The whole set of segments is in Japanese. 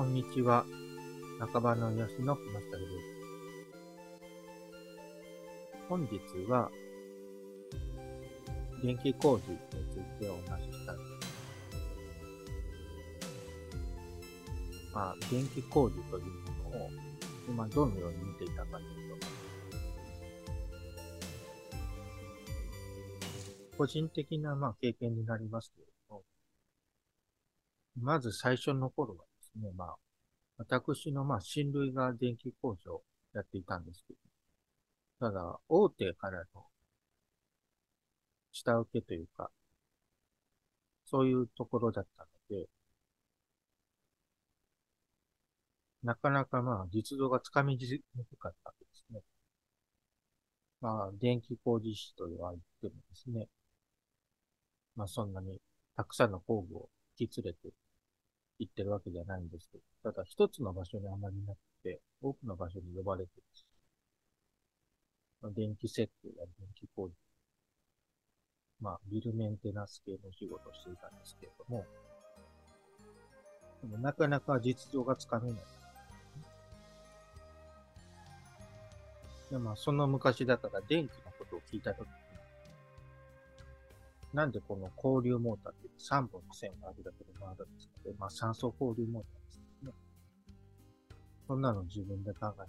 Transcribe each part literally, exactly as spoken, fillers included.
こんにちは。中場の吉野木正です。本日は、電気工事についてお話ししたい。まあ、電気工事というものを、今どのように見ていたかというと、個人的なまあ経験になりますけれども、まず最初の頃はですね、まあ、私のまあ親類が電気工事をやっていたんですけど、ただ、大手からの下請けというか、そういうところだったので、なかなかまあ実像がつかみにくかったわけですね。まあ、電気工事士とは言ってもですね、まあそんなにたくさんの工具を引き連れて行ってるわけじゃないんですけど、ただ一つの場所にあまりなくて、多くの場所に呼ばれてです、まあ、電気設計や電気工事、まあビルメンテナンス系の仕事をしていたんですけれども、でもなかなか実像がつかめない。でまあ、その昔だから電気のことを聞いたときに、なんでこの交流モーターってさんぼんの線があるだけで回るんですかね。まあ酸素交流モーターですね。そんなの自分で考えます。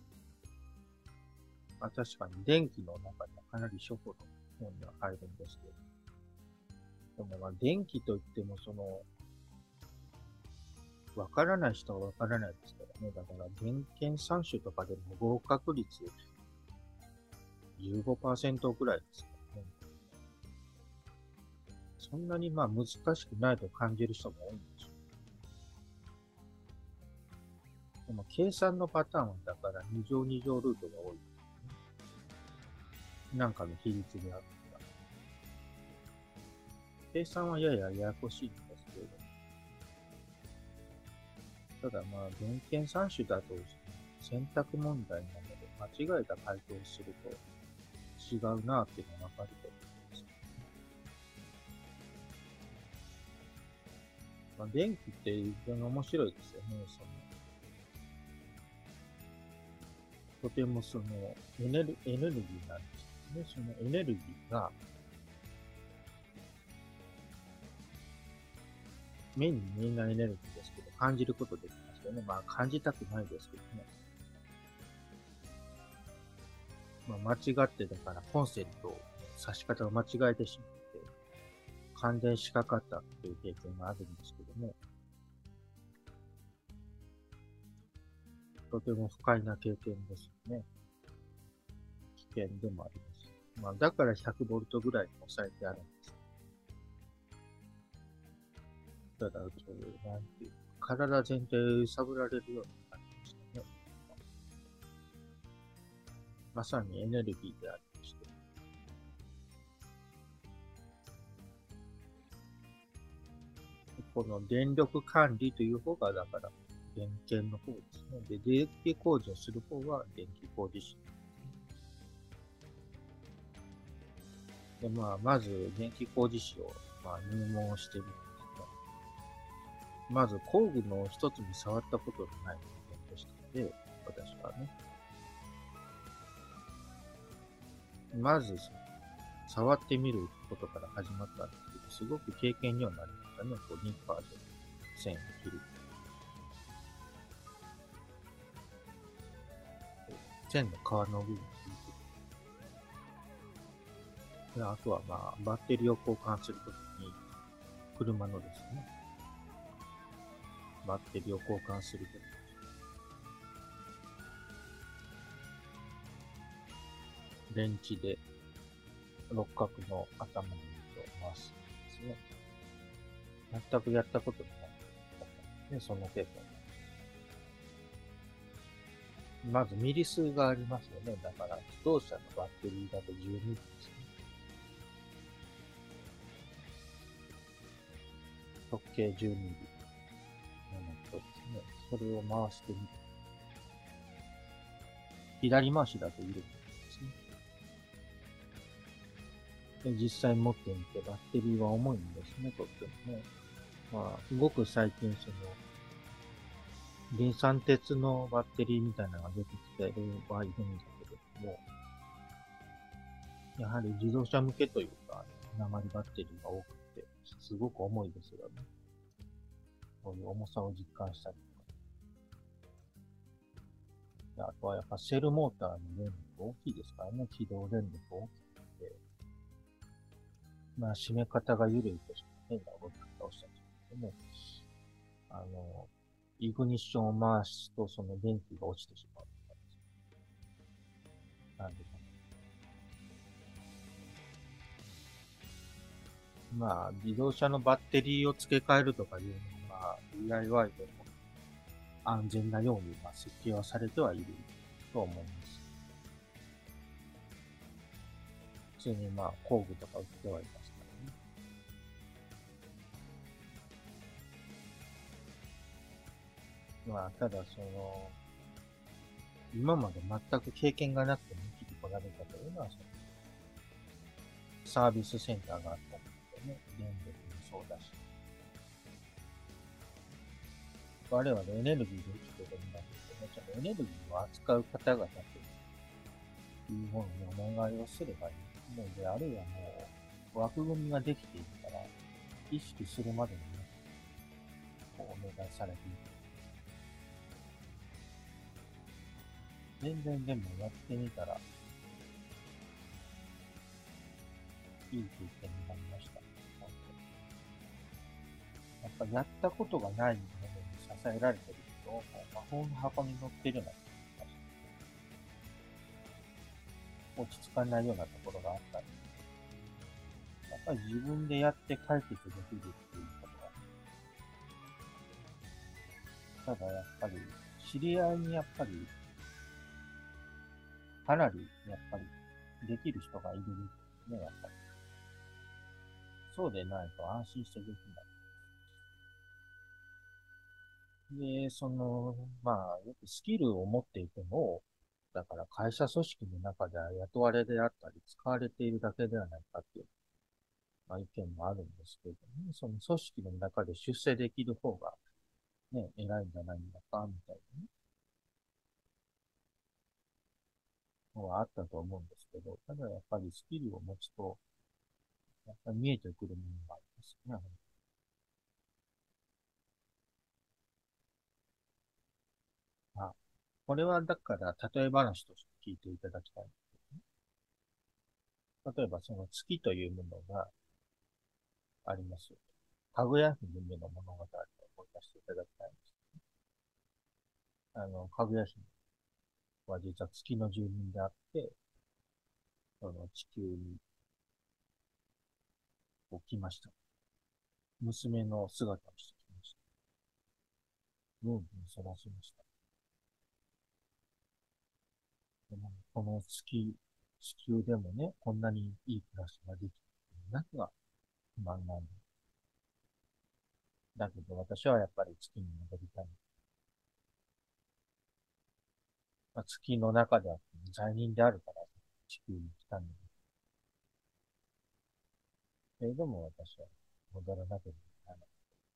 まあ確かに電気の中にはかなり初歩の方には入るんですけど、でもまあ電気といってもその、わからない人はわからないですからね。だから電検さん種とかでも合格率じゅうごパーセントぐらいですからね。そんなにまあ難しくないと感じる人も多いんでしょう。でも計算のパターンはだからに乗に乗ルートが多い。なんかの比率であるとか。計算はややややこしいんですけれど、ただまあ電検さん種だと選択問題なので間違えた回答をすると違うなっていうのがわかると思うんです。まあ、電気って非常に面白いですよね。そのとてもそのエネル、エネルギーなんですよね。そのエネルギーが目に見えないエネルギーですけど、感じることできますよね。まあ感じたくないですけどね。まあ間違ってだからコンセント差し方を間違えてしまって、感電しかかったという経験があるんですけども、とても不快な経験ですよね。危険でもあります。まあだからひゃくボルトぐらいに抑えてあるんです。ただ、そういう、なんていうか、体全体を揺さぶられるようになりましたね。まさにエネルギーでありまして。この電力管理という方が、だから、電検の方ですね。で、電気工事をする方は電気工事士。で、まあ、まず電気工事士を、まあ、入門してみるんですが、まず工具の一つに触ったことのない人間でしたので、私はね。まず、触ってみることから始まったんですけど、すごく経験にはなりましたね。こう、ニッパーで線を切る。線の皮の部分を切る。で、あとはまあ、バッテリーを交換するときに、車のですね、バッテリーを交換するときに、レンチで六角の頭の位置を回すんですね。全くやったことがない。ね、その程度。まずミリ数がありますよね。だから自動車のバッテリーだとじゅうミリですね。直径じゅうミリのものとですね。それを回してみる。左回しだといるんですね。で実際持ってみてバッテリーは重いんですね、とってもね。まあ、ごく最近そのリン酸鉄のバッテリーみたいなのが出てきてるはいるんだけれども、やはり自動車向けというか、鉛バッテリーが多くて、すごく重いですよね。こういう重さを実感したりとか。あとはやっぱセルモーターの電力大きいですからね、起動電力大きくて、まあ締め方が緩いとしか変な動き方をしたんですけども、あの、イグニッションを回すとその電気が落ちてしまう。なんで、まあ、自動車のバッテリーを付け替えるとかいうのは、ディーアイワイ でも安全なようにまあ設計はされてはいると思います。普通にまあ工具とか売ってはいますからね。まあ、ただその、今まで全く経験がなくても生きてこられたというのは、そのサービスセンターがあったりとね、電力もそうだし、我々エネルギーで生きてるんだけども、ちょっとエネルギーを扱う方々というものにお願いをすればいいので、あるいはもう枠組みができているから、意識するまでにね、こうお願いされている。全然でもやってみたら、いい経験になりました。本当にやっぱやったことがないものに支えられていると、もう魔法の箱に乗ってるような気がして、落ち着かないようなところがあったり、やっぱり自分でやって解決できるっていうことが、ただやっぱり、知り合いにやっぱり、かなりやっぱりできる人がいるね、やっぱり。そうでないと安心してできない。で、その、まあ、よくスキルを持っていても、だから会社組織の中では雇われであったり、使われているだけではないかっていう、まあ、意見もあるんですけれどもね、その組織の中で出世できる方がね、偉いんじゃないんだか、みたいなね、のはあったと思うんですけど、ただやっぱりスキルを持つと、やっぱり見えてくるものがありますね。あ、これはだから例え話として聞いていただきたいんですけどね。例えばその月というものがありますよ。かぐや姫の物語を思い出していただきたいんです。あの、かぐや姫は実は月の住人であって、その地球に来ました。娘の姿をしてきました。ムーンに育ちました。でもこの月、地球でもね、こんなにいい暮らしができるなくは不満なんだ。だけど私はやっぱり月に戻りたい。まあ、月の中では罪人であるから地球に来たんだ。けれども私は戻らなければならない。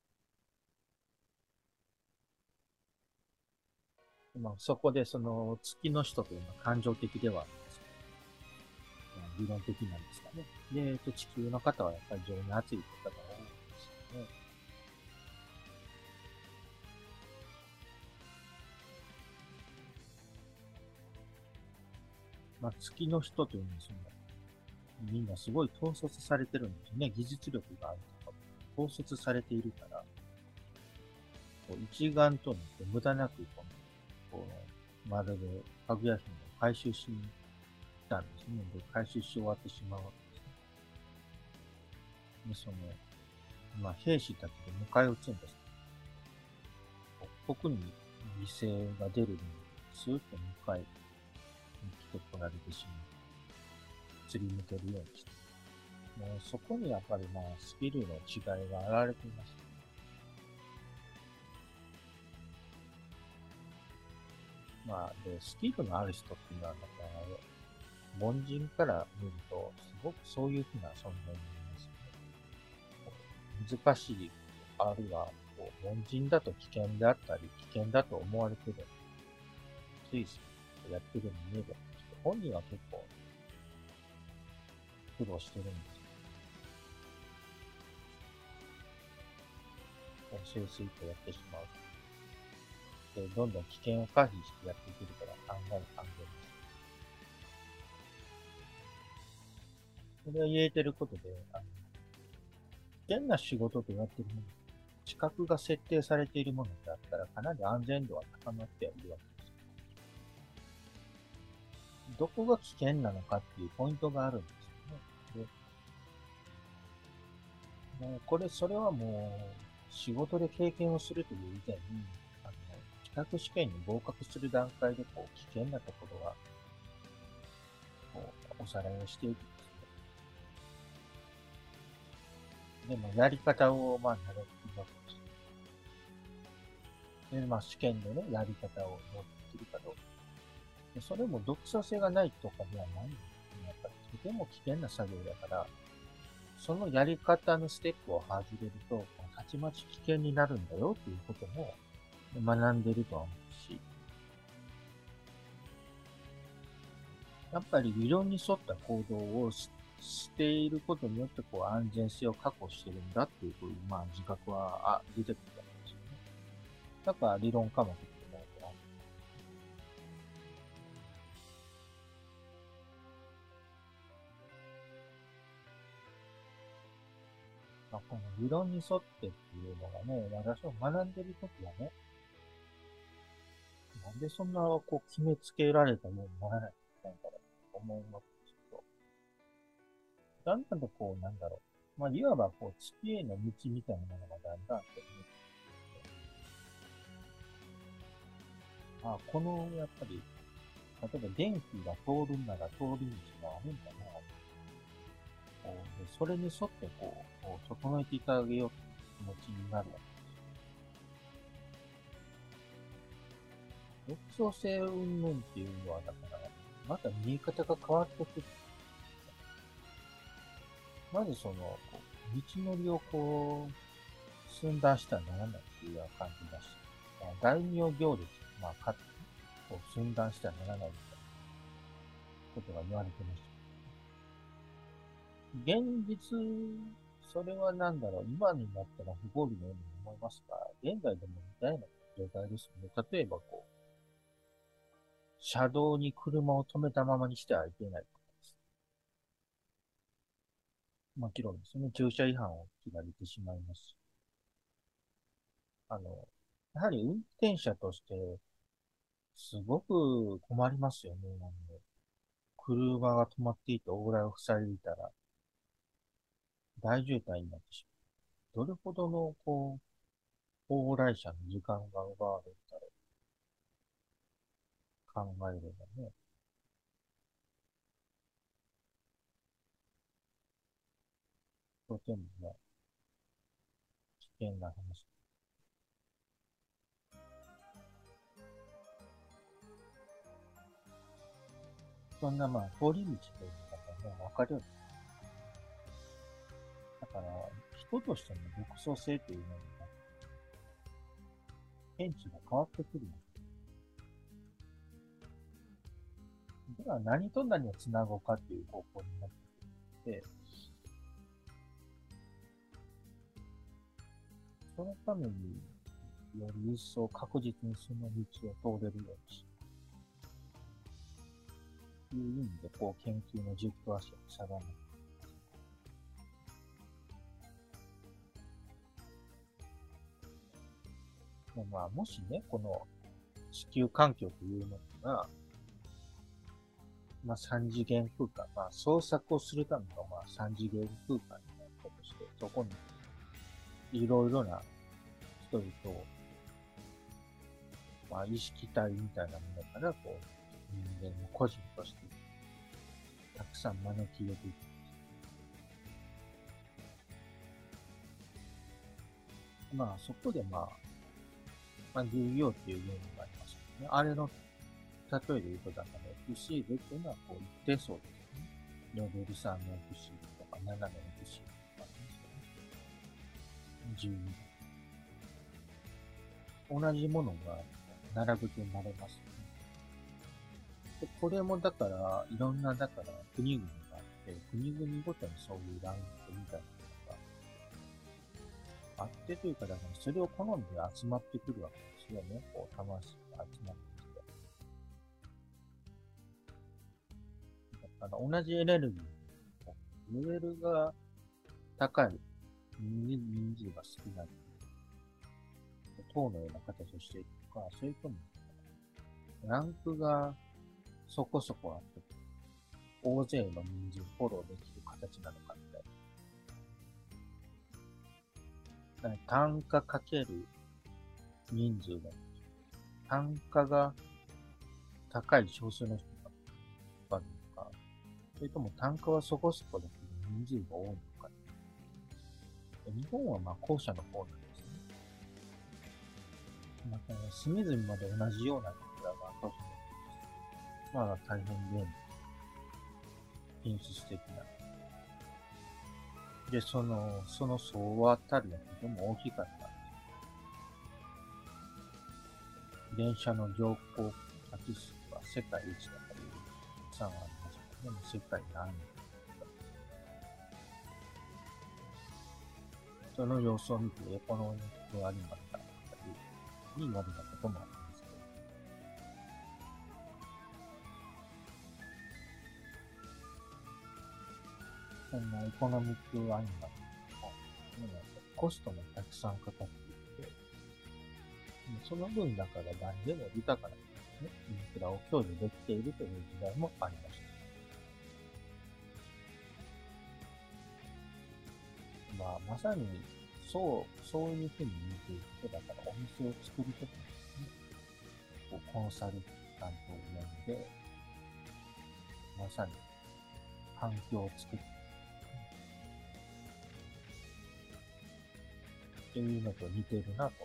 まあ、そこでその月の人というのは感情的ではあるんですけど、まあ理論的なんですかね。で、えっと、地球の方はやっぱり情に熱い方が多いんですよね。まあ、月の人というのはその、みんなすごい統率されてるんですよね。技術力があるとか、統率されているから、こう一丸となって無駄なくこの、こう、まるでかぐや姫を回収しに来たんですね。で、回収し終わってしまうわけですね。で、その、まあ、兵士たちで迎え撃つんです。特に犠牲が出るのに、スーッと迎えに来てこられてしまう。釣り抜けるようにして。もうそこにやっぱりまあ、スキルの違いが現れています。まあ、で、スキルのある人っていうのは、なんか、凡人から見ると、すごくそういうふうな存在になりますね。難しい、あるいはこう、凡人だと危険であったり、危険だと思われてる、スイスやってるように見えるんですけど、本人は結構苦労してるんですよ。スイスイとやってしまうと。で、どんどん危険を回避してやっていけるから案外安全です。これを言えてることで、あの、危険な仕事とやってるもの、資格が設定されているものであったら、かなり安全度は高まってはいるわけです。どこが危険なのかっていうポイントがあるんですよね。で、もうこれ、それはもう、仕事で経験をするという以前に、あの、資格試験に合格する段階で、こう、危険なところは、こう、おさらいをしていくんですね。でも、やり方を、まあ、習っていくわけです。で、まあ、試験でね、やり方を持っているかどうか。で、それも独創性がないとかではないんですね。やっぱり、とても危険な作業だから、そのやり方のステップを外れると、たちまち危険になるんだよっていうことも学んでるとは思うし、やっぱり理論に沿った行動をししていることによって、こう、安全性を確保してるんだっていう、こういう、まあ、自覚は、あ、出てくるわけですよね。だから理論科目って思うと、まあ、この理論に沿ってっていうのがね、私は学んでるときはね、なんでそんな、こう、決めつけられたようにならないといけないんだろうと思いますけど、だんだんとこう、なんだろう。まあ、いわばこう、月への道みたいなものがだんだんと見えてきて、あ、この、やっぱり、例えば電気が通るんなら通り道があるんだな。こうでそれに沿ってこう、こう整えていただけようという気持ちになるわけです。独創性云々っていうのは、だから、また見え方が変わってくる。まずその、こう道のりをこう、寸断してはならないっていうような感じだし、まあ、大名行列、まあ、か、こう寸断してはならないみたいなことが言われてました。現実、それは何だろう、今になったら不合理のように思いますが、現代でも似たような状態ですよね。例えばこう、車道に車を止めたままにしてはいけないとかです。もちろんですね、駐車違反を切られてしまいますし、あの、やはり運転者として、すごく困りますよね。あの車が止まっていて、往来を塞いでいたら、大渋滞になってしまう。どれほどの、こう、往来者の時間が奪われたら考えればね、とてもね、危険な話。そんな、まあ、通り道というのがね、わかるように。だから、人としての独創性というのが、見地が変わってくるんです。では、何と何をつなごうかっていう方向になってくるので、そのために、より一層確実にその道を通れるようにし、いう意味で、こう、研究の軸足を定める。でまあ、もしね、この地球環境というものが、まあ、三次元空間、まあ、創作をするための、まあ、三次元空間になったとして、そこにいろいろな人々を、まあ、意識体みたいなものから、こう、人間の個人として、たくさん招き入れていく。まあ、そこで、まあ、まあ、流用っていうゲームがありますけどね。あれの、例えで言うと、だから、エフシー っていうのは、こう、一定層ですね。レベルさんの エフシー とか、ななの エフシー とかありますよね。じゅうに。 同じものが並ぶとなれますよね。で、これもだから、いろんな、だから、国々があって、国々ごとにそういうランクみたいなのがあってというか、だからそれを好んで集まってくるわけですよね。こう、魂が集まってきて。だから同じエネルギー、レベルが高い人人数が少ない、塔のような形をしているとか、それとも、ランクがそこそこあって、大勢の人数フォローできる形なのかみたいな。だから単価かける人数が、単価が高い少数の人があるのか、それとも単価はそこそこだけど人数が多いのか。日本はまあ後者の方なんですね。また隅々まで同じようなインが閉じてまあ大変便利。品質的な。で、その、その総和たるやとても大きかったんです。電車の乗降客数は世界一だという差がありますけど、でも世界何位その様子を見てエコノミックアニマルだったりになることもありますけど、そんなエコノミックアニマルも、コストもたくさんかかっていて、その分だから誰でも豊かな、ね、インフラを享受できているという時代もありました。まあ、まさに、そう、そういうふうに見ていくと、だからお店を作るときにですね、こうコンサルタントを呼んで、まさに環境を作って、というのと似てるなと思い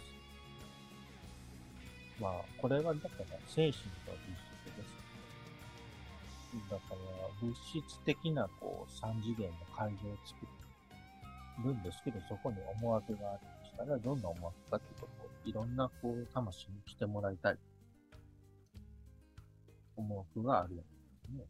ます。まあ、これはだから精神と物質ですね。だから物質的なこう三次元の会場を作るんですけど、そこに思惑があるとしたら、どんな思惑かということをいろんなこう魂に来てもらいたい思惑があるわけですね。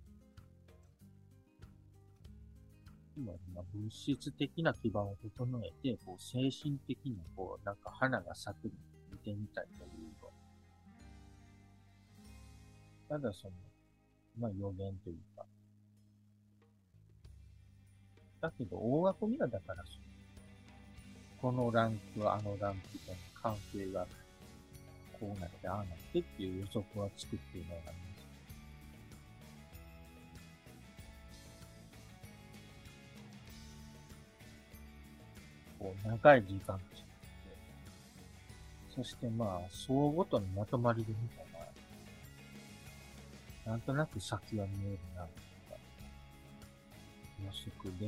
今、物質的な基盤を整えて、こう精神的なこうなんか花が咲くのを見てみたいというの。ただその、まあ予言というか、だけど大枠にはだからその、このランクはあのランクとの関係がこうなって、ああなってっていう予測は作っているのがあります。こう長い時間として、そしてまあ、層ごとにまとまりでみたいな、なんとなく先が見えるな、とか、予測できている。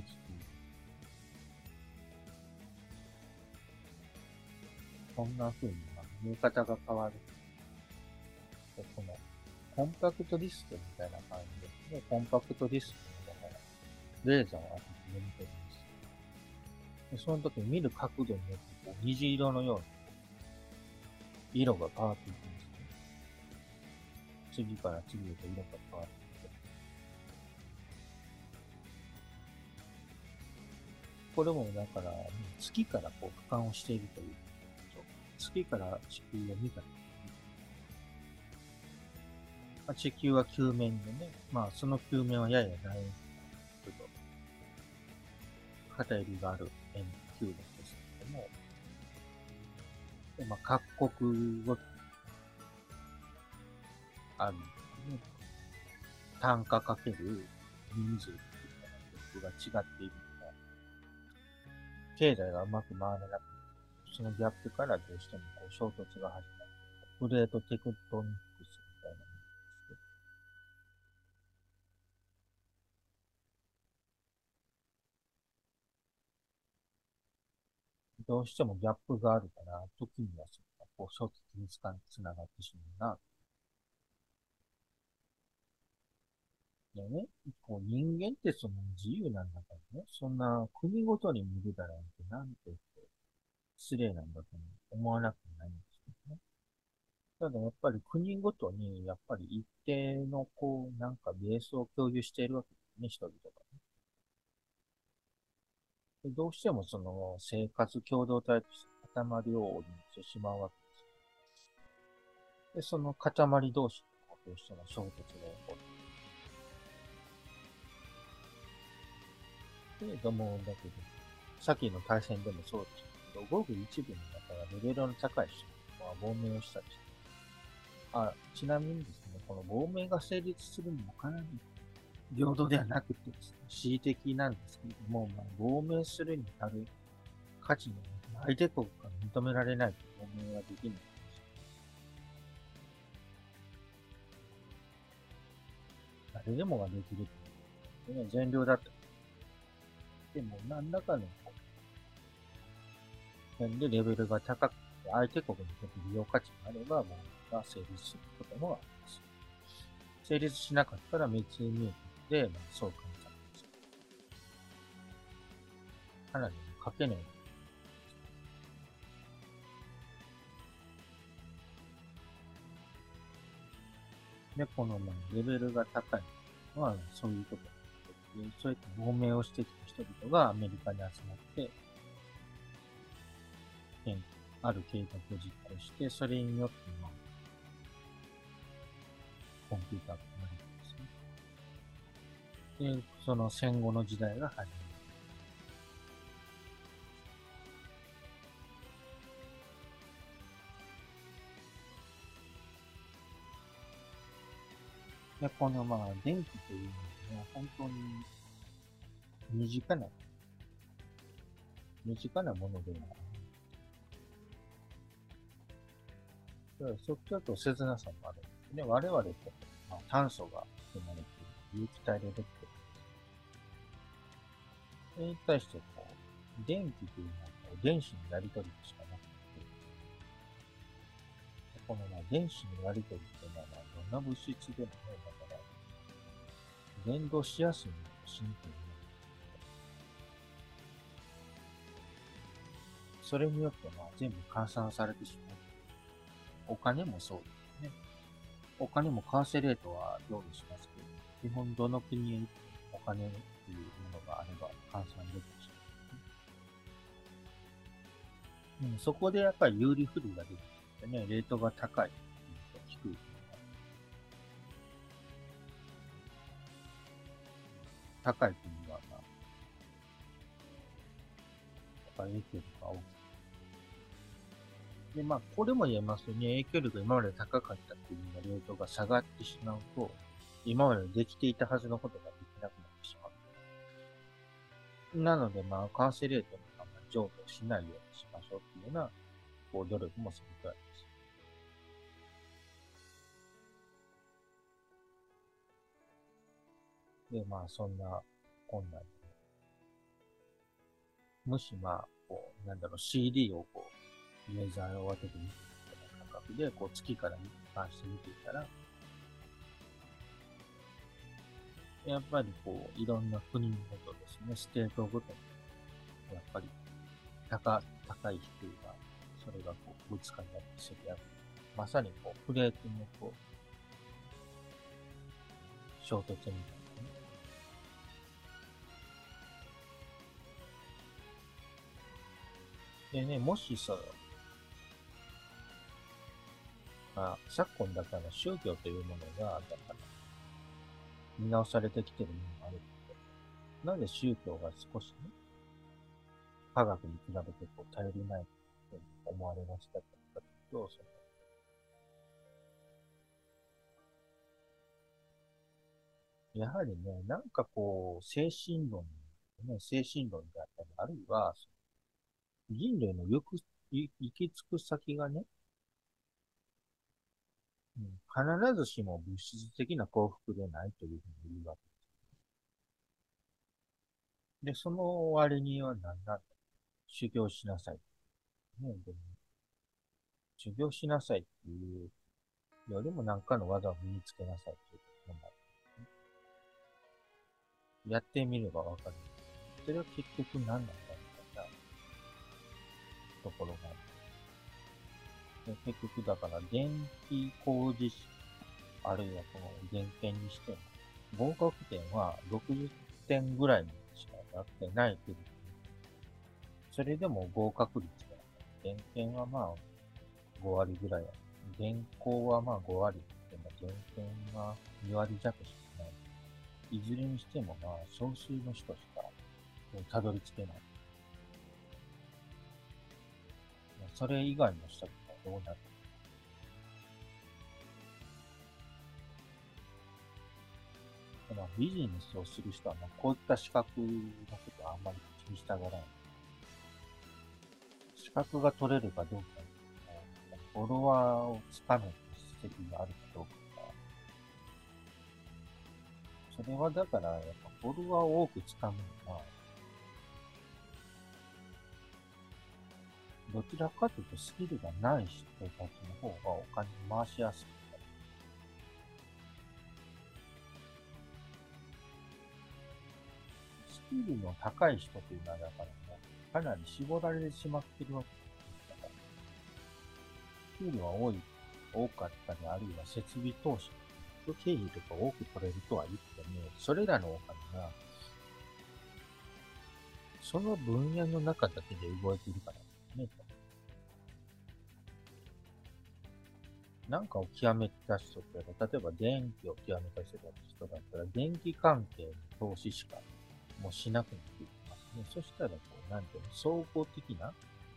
こんな風に、まあ、見え方が変わる。この、コンパクトディスクみたいな感じで、コンパクトディスクの方が、レーザーを当てて読み取ります。でその時見る角度によって、こう虹色のように色が変わっていきますね。次から次へと色が変わっていって。これもだから、月からこう俯瞰をしているという。月から地球を見たときに、まあ、地球は球面でね、まあその球面はやや楕円形と偏りがある円球面ですけども、でまあ各国ごとにある、ね、単価かける人数というのが違っているので、経済がうまく回らなくて、そのギャップからどうしてもこう衝突が始まる。プレートテクトニックスみたいなものですけど、どうしてもギャップがあるから、時にはそのこう衝突につかつながってしまうな。でね、こう人間ってその自由なんだからね、そんな国ごとに見るだなんてなんて失礼なんだと思わなくもないんですよ。 ただやっぱり国ごとに、やっぱり一定のこう、なんかベースを共有しているわけですね、人々が。でどうしてもその生活共同体として固まりを織りなしてしまうわけです。で、その塊同士のどうしても衝突が起こって、と思うんだけど、さっきの対戦でもそうでしたけど、ごく一部にだからレベルの高い人は亡命をしたりして、あ、ちなみにですね、この亡命が成立するにもかなり平等ではなくてですね、恣意的なんですけれども、まあ、亡命するに足る価値の相手国から認められないと亡命はできないんです。誰でもができるというね、善良だった。でも、何らかの点でレベルが高くて、相手国にとって利用価値があれば、もうが成立することもあります。成立しなかったら滅入国で、まあ、そう簡単です。かなり書けない。で、この、まあ、レベルが高いのは、そういうことで、そういった亡命をしてきた人々がアメリカに集まって、ある計画を実行して、それによって、まあ、コンピューターが生まれてですね。で、その戦後の時代が始まる。で、このまあ、電気というのは、本当に身近な、身近なものではない。そっちだと切なさもあるんですね。我々と、まあ、炭素が含まれている有機体でできている。それに対して、こう、電気というのはこう電子のやり取りでしかなくて、このまあ電子のやり取りっていうのは、まあ、どんな物質でもね、だから、連動しやすいのがシンプルになる。それによってまあ全部換算されてしまう。お金もそうですね。お金も為替レートは用意しますけど、基本どの国へお金っていうものがあれば換算できてしまう。うん、そこでやっぱり有利不利が出てきてね、レートが高い、低い、高い国は、まあ、やっぱ影響力が大きい。で、まあ、これも言えますよね。影響力が今まで高かった国のレートが下がってしまうと、今までできていたはずのことができなくなってしまう。なので、まあ、為替レートのあんまり上下しないようにしましょうっていうような、こう、努力もするくらいです。で、まあ、そんな困難で、もしまあ、こう、なんだろう、シーディー をこう、レーザーを当ててみるような感覚で、こう、月から関して見ていたら、やっぱりこう、いろんな国ごとですね、ステートごとに、やっぱり高、高い低いが、それがこう、ぶつかり合って競り合う。まさにこう、プレートのこう、衝突みたいなね。でね、もしそまあ、昨今だから宗教というものが、だから見直されてきているものがあるけど、なぜ宗教が少しね、科学に比べてこう頼りないと思われがちだったかというと、そのやはりね、なんかこう、精神論、ね、精神論であったり、あるいは、人類の行く、行き着く先がね、うん、必ずしも物質的な幸福でないというふうに言うわけで、その割には何なんだ、修行しなさい。ね、でも修行しなさいっていうよりも何かの技を身につけなさいということもある。やってみればわかる。それは結局何なんだみたいなところがある。 で結局だから電気工事士、あるいはこの電検にしても、合格点はろくじゅってんぐらいにしかなってないけど、それでも合格率が、電検はまあご割ぐらいや。電工はまあご割でも、電検はに割弱しかない。いずれにしてもまあ少数の人しかたどり着けない。それ以外の人はどうなる？まあ、ビジネスをする人は、まあ、こういった資格のことはあんまり気にしたがらない。資格が取れるかどうか、フォロワーをつかめる実績があるかどうか。それはだから、やっぱフォロワーを多くつかむのは、どちらかというとスキルがない人たちの方がお金回しやすくなる。スキルの高い人というのはだからもうかなり絞られてしまっているわけだから、スキルは多い、多かったり、あるいは設備投資、経費とか多く取れるとは言っても、それらのお金が、その分野の中だけで動いているからね。なんかを極めた人って、例えば電気を極めた人だったら、電気関係の投資しかもうしなくなっていきますね。そしたら、こう、なんていうの、総合的な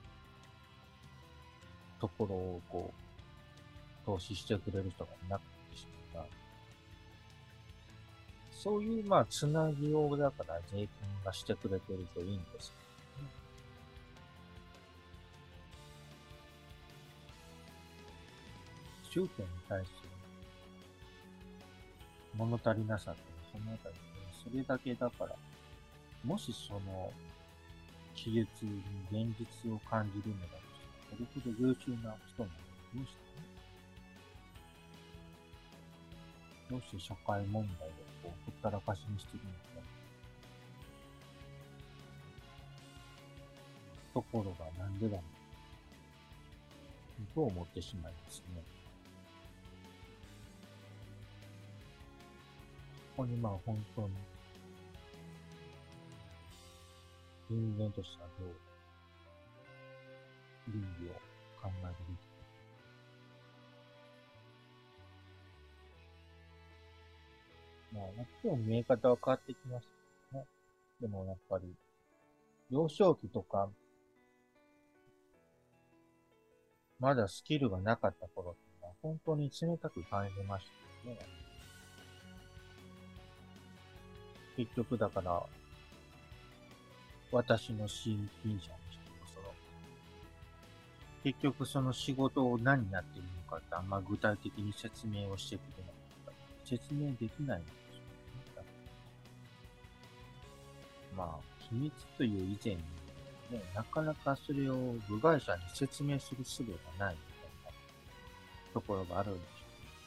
ところをこう、投資してくれる人がいなくなってしまう。そういう、まあ、つなぎをだから税金がしてくれてるといいんですけどね。宗教に対する物足りなさってそのあたりで、それだけだから、もしその記述に現実を感じるのだとしたら、それほど優秀な人なのにどうしてね、どうして社会問題をこうほったらかしにしているのか、ところがなんでだろうと思ってしまいますね。ここにまあ本当に人間としてはどう倫理を考えるべきか。まあ、もちろん見え方は変わってきますけどね。でもやっぱり、幼少期とか、まだスキルがなかった頃っていうのは、本当に冷たく感じましたよね。結局だから、私の親近者にしても、その、結局その仕事を何やっているのかってあんま具体的に説明をしてくれなかった。説明できないんですよね。まあ、秘密という以前に、ね、なかなかそれを部外者に説明する術がないみたいなところがあるんでしょ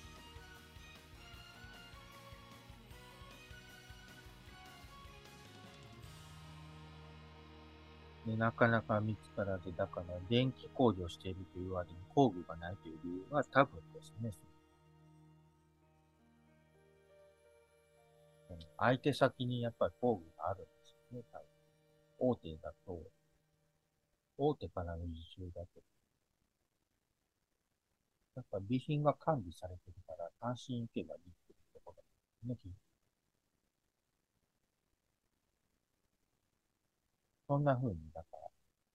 う。で、なかなか見つからず、だから電気工事をしているという割に工具がないという理由は多分ですね、相手先にやっぱり工具があるんですよね、多分。大手だと、大手からの受注だと、やっぱ備品が管理されてるから、単身行けばいいっていうところですね。そんな風に、だから、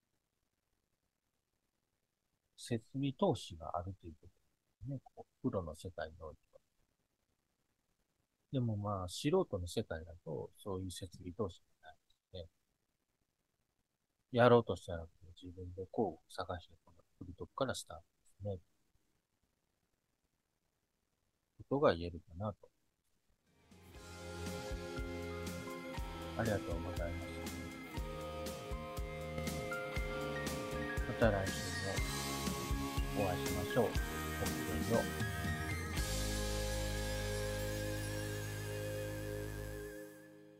設備投資があるということですね。こうプロの世界においては。でもまあ、素人の世界だと、そういう設備投資がないので、やろうとしたら自分で工具を探してくるとこからスタートですね。ことが言えるかなと。ありがとうございます。また来週もお会いしましょう。ごきげんよう。